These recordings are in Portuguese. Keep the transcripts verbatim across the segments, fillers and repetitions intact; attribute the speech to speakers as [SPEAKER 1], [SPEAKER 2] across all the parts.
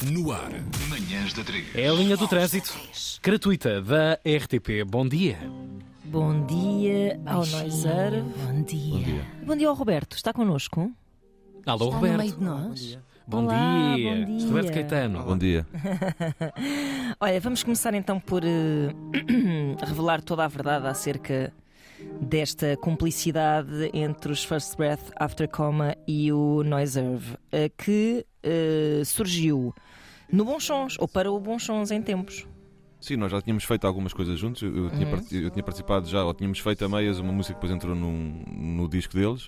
[SPEAKER 1] No ar, Manhãs da três.
[SPEAKER 2] É a linha do trânsito gratuita da R T P. Bom dia.
[SPEAKER 3] Bom dia ao Noiser.
[SPEAKER 4] Bom dia.
[SPEAKER 2] Bom dia.
[SPEAKER 3] Bom dia ao Roberto. Está connosco?
[SPEAKER 2] Alô,
[SPEAKER 4] Está
[SPEAKER 2] Roberto.
[SPEAKER 4] no meio de nós.
[SPEAKER 2] Bom
[SPEAKER 3] Olá,
[SPEAKER 2] dia.
[SPEAKER 3] bom dia.
[SPEAKER 2] Roberto Caetano.
[SPEAKER 5] Bom dia.
[SPEAKER 3] Olha, vamos começar então por eh, revelar toda a verdade acerca desta cumplicidade entre os First Breath After Coma e o Noiserve, eh, que eh, surgiu no Bons Sons, ou para o Bons Sons em tempos.
[SPEAKER 5] Sim, nós já tínhamos feito algumas coisas juntos. Eu, eu, tinha,
[SPEAKER 3] Uhum.
[SPEAKER 5] part- eu tinha participado já, ou tínhamos feito a meias uma música que depois entrou num- no disco deles.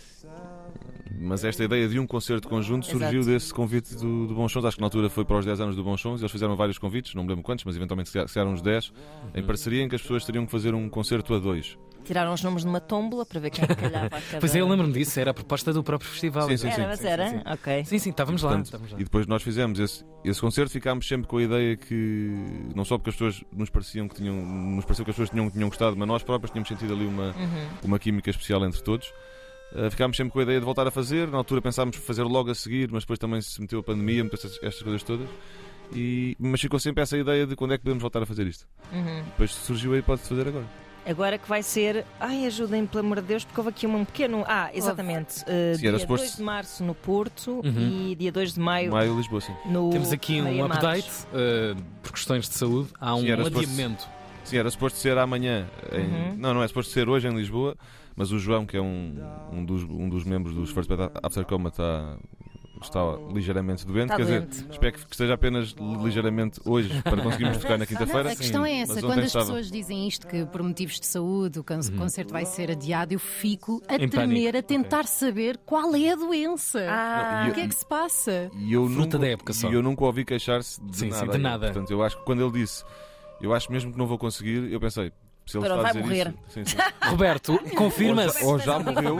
[SPEAKER 5] Mas esta ideia de um concerto conjunto surgiu
[SPEAKER 3] Exato.
[SPEAKER 5] desse convite do, do Bons Sons. Acho que na altura foi para os dez anos do Bons Sons. Eles fizeram vários convites, não me lembro quantos, mas eventualmente se calhar uns dez, em parceria, em que as pessoas teriam que fazer um concerto a dois.
[SPEAKER 3] Tiraram os nomes numa tómbola para ver quem calhava a cada...
[SPEAKER 2] Pois é, eu lembro-me disso. Era a proposta do próprio festival.
[SPEAKER 5] Sim, sim,
[SPEAKER 3] Era,
[SPEAKER 5] sim.
[SPEAKER 3] mas
[SPEAKER 2] Sim,
[SPEAKER 3] era?
[SPEAKER 2] sim, sim.
[SPEAKER 3] Ok.
[SPEAKER 2] Sim, sim, estávamos lá.
[SPEAKER 5] Portanto,
[SPEAKER 2] estávamos lá.
[SPEAKER 5] E depois nós fizemos esse, esse concerto, ficámos sempre com a ideia que, não só porque as pessoas nos pareciam que tinham, nos pareceu que as pessoas tinham, tinham gostado, mas nós próprios tínhamos sentido ali uma,
[SPEAKER 3] Uhum.
[SPEAKER 5] uma química especial entre todos. Uh, ficámos sempre com a ideia de voltar a fazer. Na altura pensámos fazer logo a seguir, mas depois também se meteu a pandemia, meteu estas, estas coisas todas. E, mas ficou sempre essa ideia de quando é que podemos voltar a fazer isto.
[SPEAKER 3] Uhum.
[SPEAKER 5] Depois surgiu aí, pode-se fazer agora.
[SPEAKER 3] Agora que vai ser. Ai, ajudem-me, pelo amor de Deus, porque houve aqui um pequeno. Ah, exatamente. Uh,
[SPEAKER 5] Sim, era
[SPEAKER 3] dia
[SPEAKER 5] suposto-
[SPEAKER 3] dois de março no Porto
[SPEAKER 2] Uhum.
[SPEAKER 3] e dia dois de maio
[SPEAKER 5] Maio, Lisboa, sim.
[SPEAKER 3] no.
[SPEAKER 2] Temos aqui um
[SPEAKER 3] Maria
[SPEAKER 2] update
[SPEAKER 3] Matos.
[SPEAKER 2] uh, por questões de saúde. Há um
[SPEAKER 5] Sim, era suposto-
[SPEAKER 2] adiamento.
[SPEAKER 5] Sim, era suposto ser amanhã. Em...
[SPEAKER 3] Uhum.
[SPEAKER 5] Não, não é suposto ser hoje em Lisboa, mas o João, que é um, um, dos, um dos membros dos First Breath After Coma, está, está ligeiramente doente.
[SPEAKER 3] Está
[SPEAKER 5] Quer
[SPEAKER 3] doente.
[SPEAKER 5] dizer, espero que esteja apenas ligeiramente hoje para conseguirmos tocar na quinta-feira.
[SPEAKER 4] A questão é essa,
[SPEAKER 5] Mas
[SPEAKER 4] quando
[SPEAKER 5] ontem
[SPEAKER 4] as
[SPEAKER 5] estava.
[SPEAKER 4] pessoas dizem isto, que por motivos de saúde o can- concerto vai ser adiado, eu fico a
[SPEAKER 2] Em
[SPEAKER 4] tremer,
[SPEAKER 2] pânico.
[SPEAKER 4] a tentar saber qual é a doença.
[SPEAKER 3] Ah,
[SPEAKER 5] Não,
[SPEAKER 4] O que é que se passa?
[SPEAKER 5] E eu
[SPEAKER 2] Fruta
[SPEAKER 5] nunca,
[SPEAKER 2] da época só.
[SPEAKER 5] E eu nunca ouvi queixar-se de
[SPEAKER 2] Sim, sim,
[SPEAKER 5] nada.
[SPEAKER 2] de nada.
[SPEAKER 5] Portanto, eu acho que quando ele disse, eu acho mesmo que não vou conseguir, eu pensei, se ele
[SPEAKER 3] Pronto,
[SPEAKER 5] está a
[SPEAKER 3] vai
[SPEAKER 5] dizer
[SPEAKER 3] morrer.
[SPEAKER 5] isso. Sim, sim.
[SPEAKER 2] Roberto, confirma-se.
[SPEAKER 5] Ou já morreu.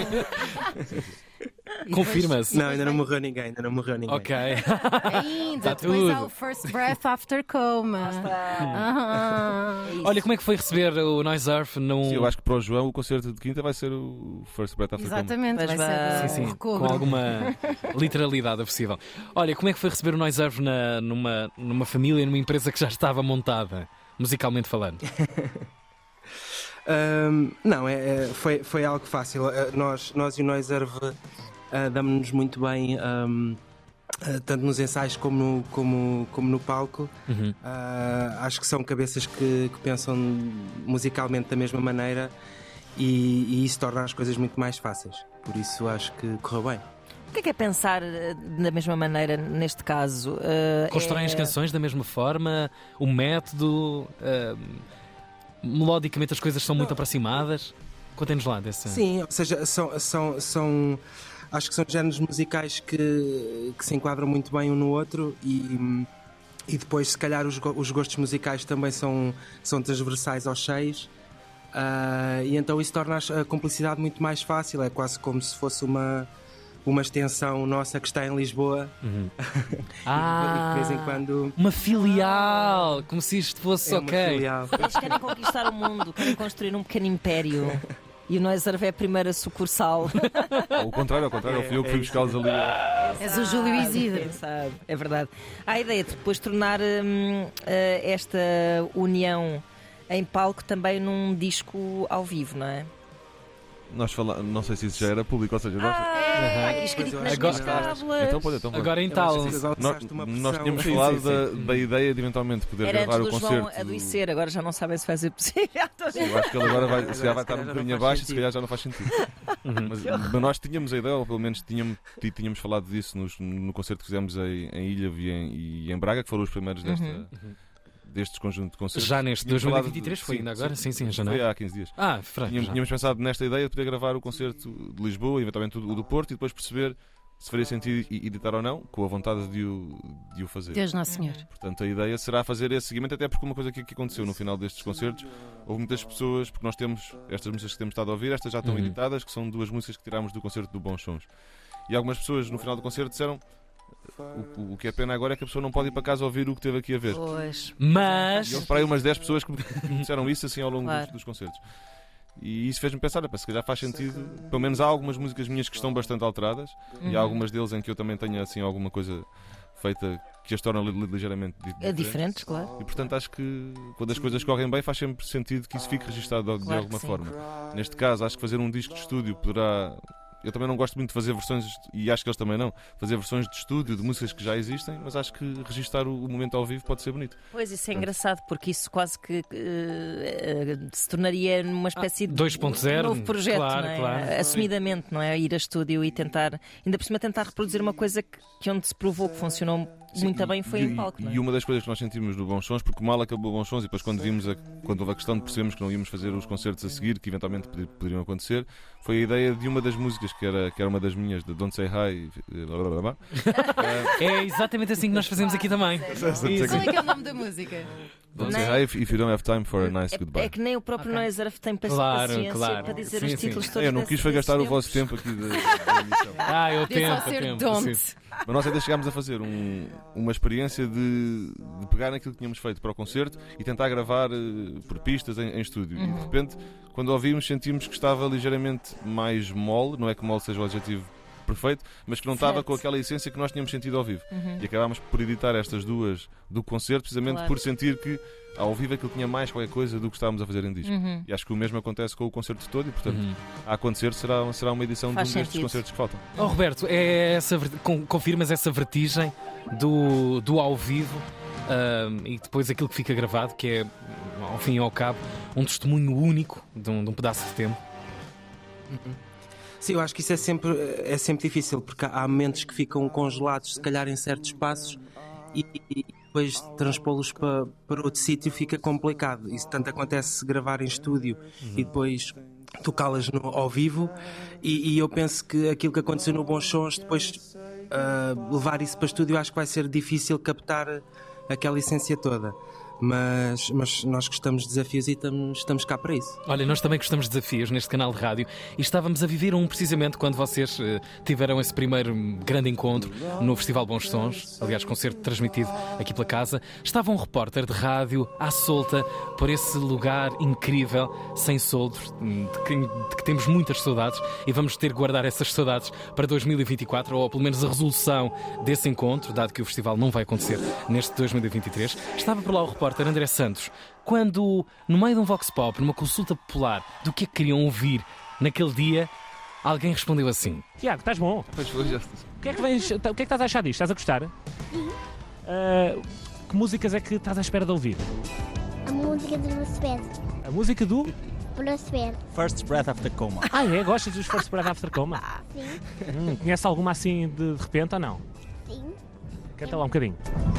[SPEAKER 2] Confirma-se.
[SPEAKER 6] Não, ainda não morreu ninguém, ainda não morreu ninguém.
[SPEAKER 2] Ok.
[SPEAKER 4] Ainda,
[SPEAKER 2] Está
[SPEAKER 4] depois
[SPEAKER 2] tudo.
[SPEAKER 4] há o First Breath After Coma. Ah.
[SPEAKER 2] Olha, como é que foi receber o Noiserve num.
[SPEAKER 5] Sim, eu acho que para o João o concerto de quinta vai ser o First Breath After Coma.
[SPEAKER 4] Exatamente,
[SPEAKER 3] Pois
[SPEAKER 4] vai
[SPEAKER 3] vai.
[SPEAKER 4] ser
[SPEAKER 2] Sim,
[SPEAKER 4] um
[SPEAKER 2] sim,
[SPEAKER 4] recobro.
[SPEAKER 2] com alguma literalidade possível. Olha, como é que foi receber o Noiserve na, numa, numa família, numa empresa que já estava montada, musicalmente falando?
[SPEAKER 6] Ahm, não, é, é- foi, foi algo fácil. Ah, nós, nós e o Noiserve uh, damos-nos muito bem, ahm, ah, tanto nos ensaios como no, como, como no palco.
[SPEAKER 2] Uhum.
[SPEAKER 6] Ah, acho que são cabeças que, que pensam musicalmente da mesma maneira e, e isso torna as coisas muito mais fáceis. Por isso acho que correu bem.
[SPEAKER 3] O que é que é pensar eh, da mesma maneira neste caso? Eh,
[SPEAKER 2] Constroem
[SPEAKER 3] é-
[SPEAKER 2] as canções da mesma forma, o método, ah, melodicamente as coisas são muito aproximadas. Contem-nos lá dessa.
[SPEAKER 6] Sim, ou seja, são, são, são acho que são géneros musicais que, que se enquadram muito bem um no outro e, e depois se calhar os, go- os gostos musicais também são, são transversais aos seis. Ah, e então isso torna a cumplicidade muito mais fácil, é quase como se fosse uma, uma extensão nossa que está em Lisboa
[SPEAKER 2] Uhum.
[SPEAKER 6] e
[SPEAKER 2] Ah,
[SPEAKER 6] de vez em quando
[SPEAKER 2] uma filial, como se isto fosse
[SPEAKER 6] é uma
[SPEAKER 2] ok.
[SPEAKER 6] filial.
[SPEAKER 3] Eles querem conquistar o mundo, querem construir um pequeno império. E o Noiserve é a primeira sucursal.
[SPEAKER 5] Ou o contrário, ao contrário, fui eu que fui buscá-los ali.
[SPEAKER 4] És o Júlio Isidro.
[SPEAKER 3] Quem sabe? É verdade. Há a ideia de depois tornar hum, eh, esta união em palco também num disco ao vivo, não é?
[SPEAKER 5] Nós falamos, não sei se isso já era público, ou seja, nós.
[SPEAKER 3] Ah, aqui escrito
[SPEAKER 6] Pois eu
[SPEAKER 3] nas
[SPEAKER 6] acho
[SPEAKER 3] minhas
[SPEAKER 6] que-
[SPEAKER 3] tábuas.
[SPEAKER 5] Então pode, então pode.
[SPEAKER 2] Agora em
[SPEAKER 6] Eu
[SPEAKER 2] tal.
[SPEAKER 6] acho que agora
[SPEAKER 5] Nós,
[SPEAKER 6] lançaste uma
[SPEAKER 5] nós
[SPEAKER 6] pressão.
[SPEAKER 5] tínhamos
[SPEAKER 2] Sim,
[SPEAKER 5] falado
[SPEAKER 2] sim,
[SPEAKER 5] da,
[SPEAKER 2] sim.
[SPEAKER 5] da ideia de eventualmente poder
[SPEAKER 3] Era
[SPEAKER 5] gravar
[SPEAKER 3] antes
[SPEAKER 5] o
[SPEAKER 3] do João
[SPEAKER 5] concerto.
[SPEAKER 3] adoecer, agora já não sabem se vai ser possível.
[SPEAKER 5] Eu acho que ele agora vai, se calhar vai estar um
[SPEAKER 6] Se calhar já
[SPEAKER 5] bocadinho
[SPEAKER 6] não faz
[SPEAKER 5] abaixo e se
[SPEAKER 6] sentido.
[SPEAKER 5] calhar já não faz sentido. Mas, mas nós tínhamos a ideia, ou pelo menos tínhamos, tí- tínhamos falado disso nos- no concerto que fizemos em, em Ilha e em, e em Braga, que foram os primeiros desta, destes conjuntos de concertos.
[SPEAKER 2] Já neste
[SPEAKER 5] Tínhamos
[SPEAKER 2] dois mil e
[SPEAKER 5] falado
[SPEAKER 2] vinte e três
[SPEAKER 5] de-
[SPEAKER 2] foi
[SPEAKER 5] sim,
[SPEAKER 2] ainda agora? Sim, sim, em
[SPEAKER 5] Foi
[SPEAKER 2] janeiro.
[SPEAKER 5] há quinze dias.
[SPEAKER 2] Ah, franco.
[SPEAKER 5] Tínhamos,
[SPEAKER 2] já.
[SPEAKER 5] tínhamos pensado nesta ideia de poder gravar o concerto de Lisboa, eventualmente o do Porto, e depois perceber se faria sentido e- editar ou não, com a vontade de o, de o fazer.
[SPEAKER 4] Deus Nosso Senhor.
[SPEAKER 5] Portanto, a ideia será fazer esse seguimento, até porque uma coisa que, que aconteceu no final destes concertos, houve muitas pessoas, porque nós temos estas músicas que temos estado a ouvir, estas já estão
[SPEAKER 2] Uhum.
[SPEAKER 5] editadas, que são duas músicas que tirámos do concerto do Bons Sons. E algumas pessoas no final do concerto disseram: o, o que é pena agora é que a pessoa não pode ir para casa ouvir o que teve aqui a ver.
[SPEAKER 3] Pois.
[SPEAKER 2] Mas.
[SPEAKER 5] E houve para aí umas dez pessoas que me disseram isso assim ao longo
[SPEAKER 3] Claro.
[SPEAKER 5] dos, dos concertos. E isso fez-me pensar, se calhar faz sentido. Pelo menos há algumas músicas minhas que estão bastante alteradas, e há algumas deles em que eu também tenho assim alguma coisa feita que as torna li- li- ligeiramente di-
[SPEAKER 3] É
[SPEAKER 5] diferentes.
[SPEAKER 3] diferentes, claro.
[SPEAKER 5] E portanto acho que quando as coisas correm bem faz sempre sentido que isso fique registado de, de
[SPEAKER 3] Claro que
[SPEAKER 5] alguma
[SPEAKER 3] sim.
[SPEAKER 5] forma. Neste caso, acho que fazer um disco de estúdio poderá. Eu também não gosto muito de fazer versões, e acho que eles também não, fazer versões de estúdio de músicas que já existem, mas acho que registar o, o momento ao vivo pode ser bonito.
[SPEAKER 3] Pois, isso é engraçado, porque isso quase que eh, se tornaria numa espécie de
[SPEAKER 2] dois ponto zero,
[SPEAKER 3] novo projeto,
[SPEAKER 2] claro,
[SPEAKER 3] não é?
[SPEAKER 2] claro.
[SPEAKER 3] Assumidamente, não é? Ir a estúdio e tentar, ainda por cima, tentar reproduzir uma coisa que, que onde se provou que funcionou muito bem foi
[SPEAKER 5] e,
[SPEAKER 3] em palco, não é?
[SPEAKER 5] E uma das coisas que nós sentimos no Bons Sons, porque mal acabou Bons Sons e depois quando vimos a, quando houve a questão de percebermos que não íamos fazer os concertos a seguir, que eventualmente poder- poderiam acontecer, foi a ideia de uma das músicas que era, que era uma das minhas, de Don't Say Hi, eh, blá, blá, blá, blá.
[SPEAKER 2] É exatamente assim que nós fazemos aqui também.
[SPEAKER 4] Qual é que é o nome da música?
[SPEAKER 5] Don't
[SPEAKER 3] Não
[SPEAKER 5] say
[SPEAKER 3] é?
[SPEAKER 5] hi if, if you don't have time for a nice
[SPEAKER 3] É,
[SPEAKER 5] goodbye.
[SPEAKER 3] é que nem o próprio
[SPEAKER 4] Ok.
[SPEAKER 3] Noise Earth tem paci-
[SPEAKER 2] Claro,
[SPEAKER 3] paciência
[SPEAKER 2] claro.
[SPEAKER 3] para dizer
[SPEAKER 2] Sim,
[SPEAKER 3] os
[SPEAKER 2] sim.
[SPEAKER 3] títulos todos.
[SPEAKER 5] É, eu não
[SPEAKER 3] desse-
[SPEAKER 5] quis foi gastar o
[SPEAKER 3] desse
[SPEAKER 5] vosso tempo aqui da, da emissão.
[SPEAKER 2] Ah, eu
[SPEAKER 4] Devia
[SPEAKER 2] tento,
[SPEAKER 4] só ser
[SPEAKER 2] eu tento.
[SPEAKER 4] don't.
[SPEAKER 2] sim.
[SPEAKER 5] Mas nós ainda chegámos a fazer um- uma experiência de, de pegar naquilo que tínhamos feito para o concerto e tentar gravar eh, por pistas em, em estúdio. E de repente, quando ouvimos, sentimos que estava ligeiramente mais mole, não é que mole seja o adjetivo perfeito, mas que não estava
[SPEAKER 3] Certo.
[SPEAKER 5] com aquela essência que nós tínhamos sentido ao vivo. E acabámos por editar estas duas do concerto, precisamente
[SPEAKER 3] Claro.
[SPEAKER 5] por sentir que ao vivo aquilo tinha mais qualquer coisa do que estávamos a fazer em disco.
[SPEAKER 3] Uhum.
[SPEAKER 5] E acho que o mesmo acontece com o concerto todo e, portanto,
[SPEAKER 2] Uhum.
[SPEAKER 5] a acontecer será, será uma edição de um
[SPEAKER 3] Faz
[SPEAKER 5] destes
[SPEAKER 3] sentido.
[SPEAKER 5] concertos que faltam.
[SPEAKER 2] Oh, Roberto, é essa, ver- con- confirmas essa vertigem do, do ao vivo ahm, e depois aquilo que fica gravado, que é, ao fim e ao cabo, um testemunho único de um, de um pedaço de tempo.
[SPEAKER 6] Sim, eu acho que isso é sempre, é sempre difícil, porque há momentos que ficam congelados, se calhar em certos espaços, e, e depois transpô-los para, para outro sítio fica complicado. Isso tanto acontece se gravar em estúdio e depois tocá-las no- ao vivo, e, e eu penso que aquilo que aconteceu no Bons Sons, depois ah, levar isso para estúdio, acho que vai ser difícil captar aquela essência toda. Mas, mas nós gostamos de desafios e estamos, estamos cá para isso.
[SPEAKER 2] Olha, nós também gostamos de desafios neste canal de rádio e estávamos a viver um precisamente quando vocês eh, tiveram esse primeiro grande encontro no Festival Bons Sons, aliás, concerto transmitido aqui pela casa. Estava um repórter de rádio à solta por esse lugar incrível, sem soldos, de que, de que temos muitas saudades e vamos ter que guardar essas saudades para dois mil e vinte e quatro, ou pelo menos a resolução desse encontro, dado que o festival não vai acontecer neste dois mil e vinte e três. Estava por lá o repórter André Santos, quando, no meio de um Vox Pop, numa consulta popular do que é que queriam ouvir naquele dia, alguém respondeu assim:
[SPEAKER 7] Tiago, estás bom?
[SPEAKER 5] Pois foi, já-
[SPEAKER 7] O que é que, vens, o que, é que estás a achar disto? Estás a gostar? Ah, que músicas é que estás à espera de ouvir?
[SPEAKER 8] A música do Bruce
[SPEAKER 7] A música do...
[SPEAKER 8] Bruce Wayne.
[SPEAKER 9] First Breath After Coma.
[SPEAKER 7] Ah, é? Gostas dos First Breath After Coma?
[SPEAKER 8] Sim,
[SPEAKER 7] Hum, conhece alguma assim de, de repente ou não?
[SPEAKER 8] sim.
[SPEAKER 7] Canta lá um bocadinho.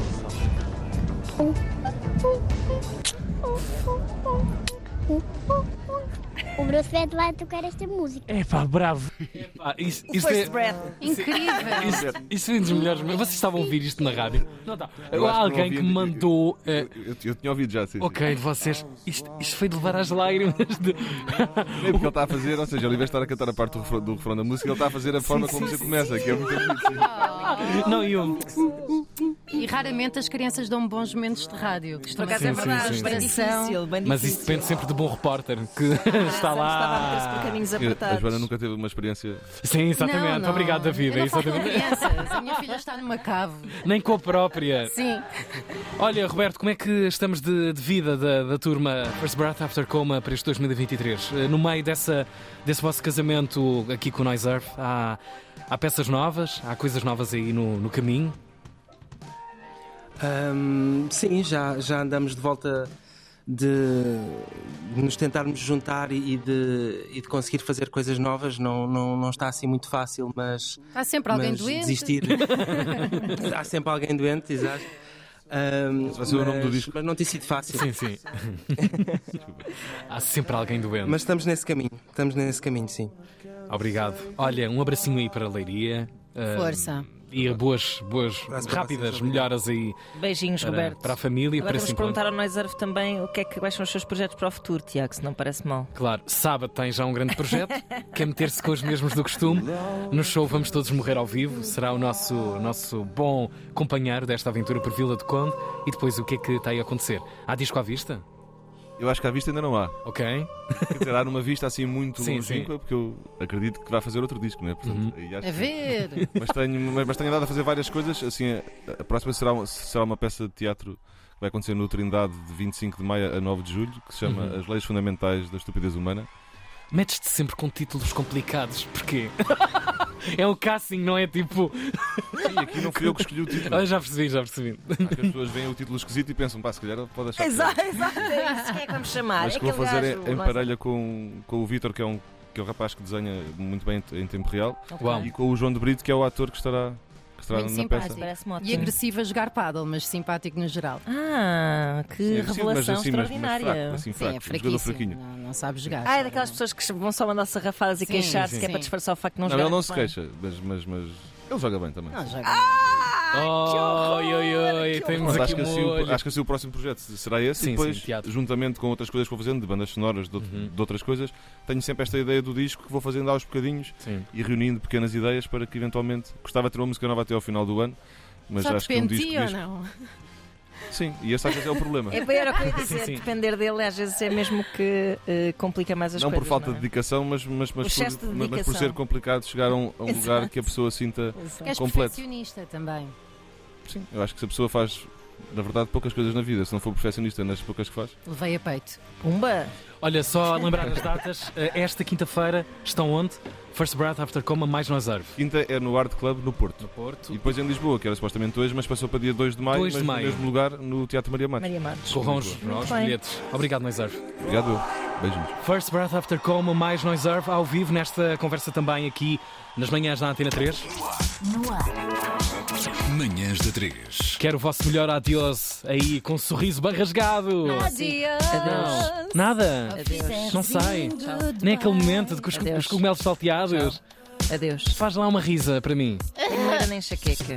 [SPEAKER 8] O Bruce Wayne vai tocar esta música.
[SPEAKER 7] É pá, bravo.
[SPEAKER 2] ah, isso,
[SPEAKER 3] O
[SPEAKER 2] isso
[SPEAKER 3] First
[SPEAKER 2] é,
[SPEAKER 3] Breath.
[SPEAKER 4] Incrível!
[SPEAKER 2] isso, isso é um dos melhores. Mas vocês estavam a ouvir isto na rádio? Não está.
[SPEAKER 5] Eu
[SPEAKER 2] Há
[SPEAKER 5] acho que não
[SPEAKER 2] alguém
[SPEAKER 5] ouvi
[SPEAKER 2] que
[SPEAKER 5] ainda.
[SPEAKER 2] mandou. eh,
[SPEAKER 5] Eu, eu- eu tinha ouvido já, sim. sim.
[SPEAKER 2] ok, vocês. Isto, isto foi de levar às lágrimas. De...
[SPEAKER 5] Nem porque ele está a fazer, ou seja, ele, em vez de estar a cantar a parte do refrão, do refrão da música, ele está a fazer a forma como você começa, que é muito bonito. sim.
[SPEAKER 2] Não, e um.
[SPEAKER 4] E raramente as crianças dão bons momentos de rádio.
[SPEAKER 3] Por
[SPEAKER 4] Costuma
[SPEAKER 3] acaso
[SPEAKER 4] ser
[SPEAKER 3] é
[SPEAKER 2] sim,
[SPEAKER 3] verdade,
[SPEAKER 2] sim,
[SPEAKER 3] bem
[SPEAKER 2] sim.
[SPEAKER 3] difícil, bem
[SPEAKER 2] Mas
[SPEAKER 3] difícil.
[SPEAKER 2] isso depende sempre de bom repórter que está
[SPEAKER 3] Estava a meter-se por
[SPEAKER 2] lá.
[SPEAKER 3] caminhos
[SPEAKER 5] A
[SPEAKER 3] apertados.
[SPEAKER 5] Joana nunca teve uma experiência.
[SPEAKER 2] Sim, exatamente.
[SPEAKER 4] Não, não.
[SPEAKER 2] Obrigado, David.
[SPEAKER 4] Eu
[SPEAKER 2] É
[SPEAKER 4] não falo com
[SPEAKER 2] exatamente.
[SPEAKER 4] crianças. A minha filha está numa cave.
[SPEAKER 2] Nem com a própria.
[SPEAKER 4] Sim.
[SPEAKER 2] Olha, Roberto, como é que estamos de, de vida da, da turma First Breath After Coma para este dois mil e vinte e três? Eh, No meio dessa, desse vosso casamento aqui com o Noise Earth, há, há peças novas? Há coisas novas aí no, no caminho?
[SPEAKER 6] Ahm, sim, já, já andamos de volta de, de nos tentarmos juntar e de, e de conseguir fazer coisas novas. Não, não, não está assim muito fácil, mas,
[SPEAKER 4] Está sempre alguém
[SPEAKER 6] mas
[SPEAKER 4] doente.
[SPEAKER 6] desistir. Há sempre alguém doente, exato. Ahm,
[SPEAKER 5] Esse vai ser o nome do
[SPEAKER 6] mas-
[SPEAKER 5] disco.
[SPEAKER 6] Mas não tem sido fácil.
[SPEAKER 2] Sim, sim. Há sempre alguém doente.
[SPEAKER 6] Mas estamos nesse caminho, estamos nesse caminho, sim.
[SPEAKER 2] Obrigado. Olha, um abracinho aí para a Leiria. Ah,
[SPEAKER 4] Força.
[SPEAKER 2] E boas, boas
[SPEAKER 6] Abraço para
[SPEAKER 2] rápidas
[SPEAKER 6] vocês,
[SPEAKER 2] melhoras aí
[SPEAKER 3] Beijinhos,
[SPEAKER 2] para,
[SPEAKER 3] Roberto.
[SPEAKER 2] para a família e para
[SPEAKER 3] Agora
[SPEAKER 2] esse
[SPEAKER 3] vamos
[SPEAKER 2] encontro.
[SPEAKER 3] perguntar ao Noise Earth também o que é que, quais são os seus projetos para o futuro, Tiago, se não parece mal.
[SPEAKER 2] Claro, sábado tem já um grande projeto, que é meter-se com os mesmos do costume. No show Vamos Todos Morrer ao Vivo, será o nosso, nosso bom companheiro desta aventura por Vila do Conde. E depois o que é que está aí a acontecer? Há disco à vista?
[SPEAKER 5] Eu acho que à vista ainda não há.
[SPEAKER 2] Ok.
[SPEAKER 5] Quer dizer, há numa vista assim muito
[SPEAKER 2] Sim,
[SPEAKER 5] longínqua, porque eu acredito que vai fazer outro disco, não é? Portanto,
[SPEAKER 2] Uhum.
[SPEAKER 5] aí acho
[SPEAKER 4] A
[SPEAKER 5] que-
[SPEAKER 4] ver!
[SPEAKER 5] Mas tenho, mas, mas tenho andado a fazer várias coisas. Assim, a, a próxima será, uma- será uma peça de teatro que vai acontecer no Trindade de vinte e cinco de maio a nove de julho, que se chama
[SPEAKER 2] Uhum.
[SPEAKER 5] As Leis Fundamentais da Estupidez Humana.
[SPEAKER 2] Metes-te sempre com títulos complicados. Porquê? É um casting, não é tipo.
[SPEAKER 5] Sim, aqui não fui eu que escolhi o título.
[SPEAKER 2] Ah, já percebi, já percebi.
[SPEAKER 5] Há que as pessoas veem o título esquisito e pensam, pá, se calhar pode achar. que é.
[SPEAKER 3] Exato, exato, é isso. Quem é que vamos chamar?
[SPEAKER 5] Mas
[SPEAKER 3] É
[SPEAKER 5] o que vou
[SPEAKER 3] aquele
[SPEAKER 5] fazer
[SPEAKER 3] gajo,
[SPEAKER 5] é em
[SPEAKER 3] nós-
[SPEAKER 5] parelha com, com o Vítor, que é um que é o rapaz que desenha muito bem em tempo real,
[SPEAKER 2] Uau.
[SPEAKER 5] e com o João de Brito, que é o ator que estará, que estará
[SPEAKER 4] Muito
[SPEAKER 5] na
[SPEAKER 4] simpático.
[SPEAKER 5] peça.
[SPEAKER 3] Parece-me
[SPEAKER 4] E
[SPEAKER 3] ótimo.
[SPEAKER 4] agressivo a jogar paddle, mas simpático no geral.
[SPEAKER 3] Ah, que
[SPEAKER 5] Sim, agressivo, mas
[SPEAKER 3] revelação
[SPEAKER 5] assim, mas- mas
[SPEAKER 3] extraordinária.
[SPEAKER 5] fraco, assim,
[SPEAKER 4] Sim,
[SPEAKER 5] fraco,
[SPEAKER 4] é
[SPEAKER 5] um jogador
[SPEAKER 4] fraquíssimo.
[SPEAKER 5] fraquinho.
[SPEAKER 4] Não, não sabe jogar.
[SPEAKER 3] Ah, é daquelas pessoas que vão só mandar sarrafadas e
[SPEAKER 4] Sim,
[SPEAKER 3] queixar-se,
[SPEAKER 4] sim,
[SPEAKER 3] que é
[SPEAKER 4] sim.
[SPEAKER 3] para disfarçar o facto de não,
[SPEAKER 5] Não,
[SPEAKER 3] jogar
[SPEAKER 5] ele não
[SPEAKER 3] muito
[SPEAKER 5] se
[SPEAKER 3] bem.
[SPEAKER 5] queixa, mas, mas, mas ele joga bem também.
[SPEAKER 4] Não joga.
[SPEAKER 2] Oi, oi, oi. Temos
[SPEAKER 5] Mas
[SPEAKER 2] aqui
[SPEAKER 5] acho, que
[SPEAKER 2] um
[SPEAKER 5] assim, o,
[SPEAKER 2] olho.
[SPEAKER 5] acho que assim o próximo projeto será esse,
[SPEAKER 2] Sim,
[SPEAKER 5] e depois,
[SPEAKER 2] sim, teatro.
[SPEAKER 5] juntamente com outras coisas que vou fazendo, de bandas sonoras, de, out-
[SPEAKER 2] Uhum.
[SPEAKER 5] de outras coisas, tenho sempre esta ideia do disco que vou fazendo aos bocadinhos
[SPEAKER 2] Sim.
[SPEAKER 5] e reunindo pequenas ideias para que eventualmente gostava de ter uma música nova até ao final do ano. Mas
[SPEAKER 4] Só
[SPEAKER 5] acho que um
[SPEAKER 4] depende de
[SPEAKER 5] disco,
[SPEAKER 4] ti ou
[SPEAKER 5] disco-
[SPEAKER 4] não?
[SPEAKER 5] Sim, e esse às vezes é o problema.
[SPEAKER 3] É bem, era o que eu ia dizer,
[SPEAKER 2] Sim, sim.
[SPEAKER 3] depender dele às vezes é mesmo que eh, complica mais as
[SPEAKER 5] Não
[SPEAKER 3] coisas.
[SPEAKER 5] por falta
[SPEAKER 3] não
[SPEAKER 5] de
[SPEAKER 3] é?
[SPEAKER 5] dedicação, mas, mas, mas,
[SPEAKER 3] O excesso
[SPEAKER 5] por,
[SPEAKER 3] de
[SPEAKER 5] mas- mas por
[SPEAKER 3] dedicação.
[SPEAKER 5] ser complicado chegar a um, a um lugar
[SPEAKER 3] Exato.
[SPEAKER 5] que a pessoa sinta.
[SPEAKER 3] Exato.
[SPEAKER 4] És
[SPEAKER 5] completo.
[SPEAKER 4] perfeccionista também.
[SPEAKER 5] Sim, eu acho que se a pessoa faz, na verdade, poucas coisas na vida, se não for perfeccionista nas poucas que faz.
[SPEAKER 4] Levei a peito.
[SPEAKER 3] Pumba!
[SPEAKER 2] Olha, só a lembrar as datas. eh, Esta quinta-feira estão onde? First Breath After Coma, mais no Reserve.
[SPEAKER 5] Quinta é no Art Club no Porto.
[SPEAKER 2] No Porto.
[SPEAKER 5] E depois em Lisboa, que era supostamente hoje, mas passou para dia dois de maio,
[SPEAKER 2] dois de
[SPEAKER 5] mas
[SPEAKER 2] maio.
[SPEAKER 5] no mesmo lugar, no Teatro Maria Matos.
[SPEAKER 3] Maria Matos.
[SPEAKER 2] Corram os,
[SPEAKER 3] Muito
[SPEAKER 2] os
[SPEAKER 3] bem.
[SPEAKER 2] bilhetes. Obrigado, Reserve.
[SPEAKER 5] Obrigado, eu. Beijinhos.
[SPEAKER 2] First Breath After Coma, mais no Reserve, ao vivo, nesta conversa também aqui nas manhãs da Antena três.
[SPEAKER 1] Manhãs da três.
[SPEAKER 2] Quero o vosso melhor adiós aí, com um sorriso bem rasgado.
[SPEAKER 4] Adiós.
[SPEAKER 2] Não, nada.
[SPEAKER 3] Adeus.
[SPEAKER 2] Não sai. Nem aquele momento de com os,
[SPEAKER 3] Adeus.
[SPEAKER 2] os cogumelos salteados.
[SPEAKER 3] Adeus.
[SPEAKER 2] Faz lá uma risa para mim.
[SPEAKER 3] Nem moeda nem enxaqueca.